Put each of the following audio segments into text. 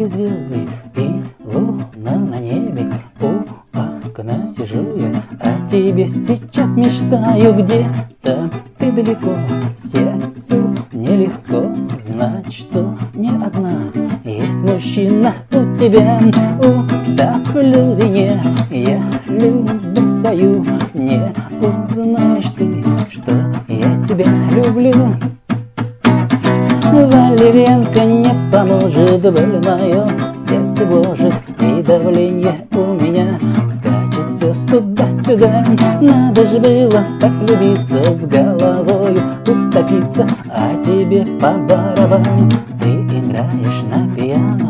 небе звезды и луна на небе. У окна сижу я, о тебе сейчас мечтаю. Где-то ты далеко, сердцу нелегко знать, что не одна есть мужчина у тебя. Утоплю в вине я любовь свою, не узнаешь ты, что я тебя люблю. Валерьянка не поможет, боль мое сердце гложет, и давление у меня скачет все туда-сюда. Надо же было так влюбиться, с головою утопиться, а тебе по барабану, ты играешь на пиано.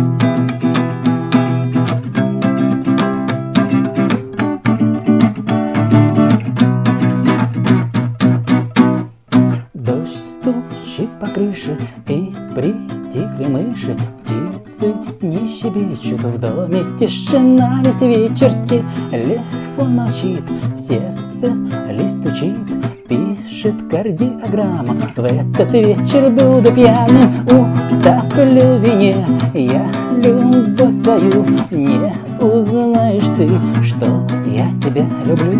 Дождь стучит по крыше, и притихли мыши. Птицы не щебечут, в доме тишина весь вечер. Телефон молчит, сердце лишь стучит, пишет кардиограмма. В этот вечер буду пьяным, утоплю в вине я любовь свою, не узнаешь ты, что я тебя люблю.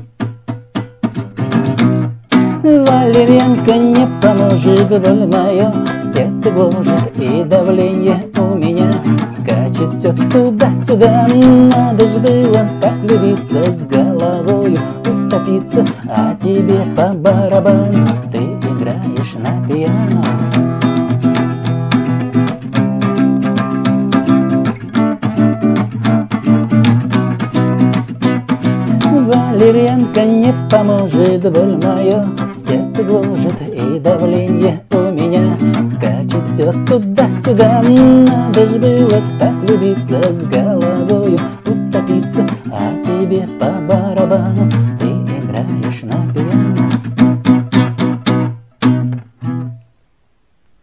Валерьянка не поможет, боль мое сердце гложет, и давление у меня скачет все туда-сюда. Надо ж было так влюбиться, с головою утопиться, а тебе по барабану, ты играешь на пиано. Валерьянка не поможет, боль мое сердце гложет, и давление у меня скачет все туда-сюда. Надо ж было так влюбиться, с головою утопиться, а тебе по барабану, ты играешь на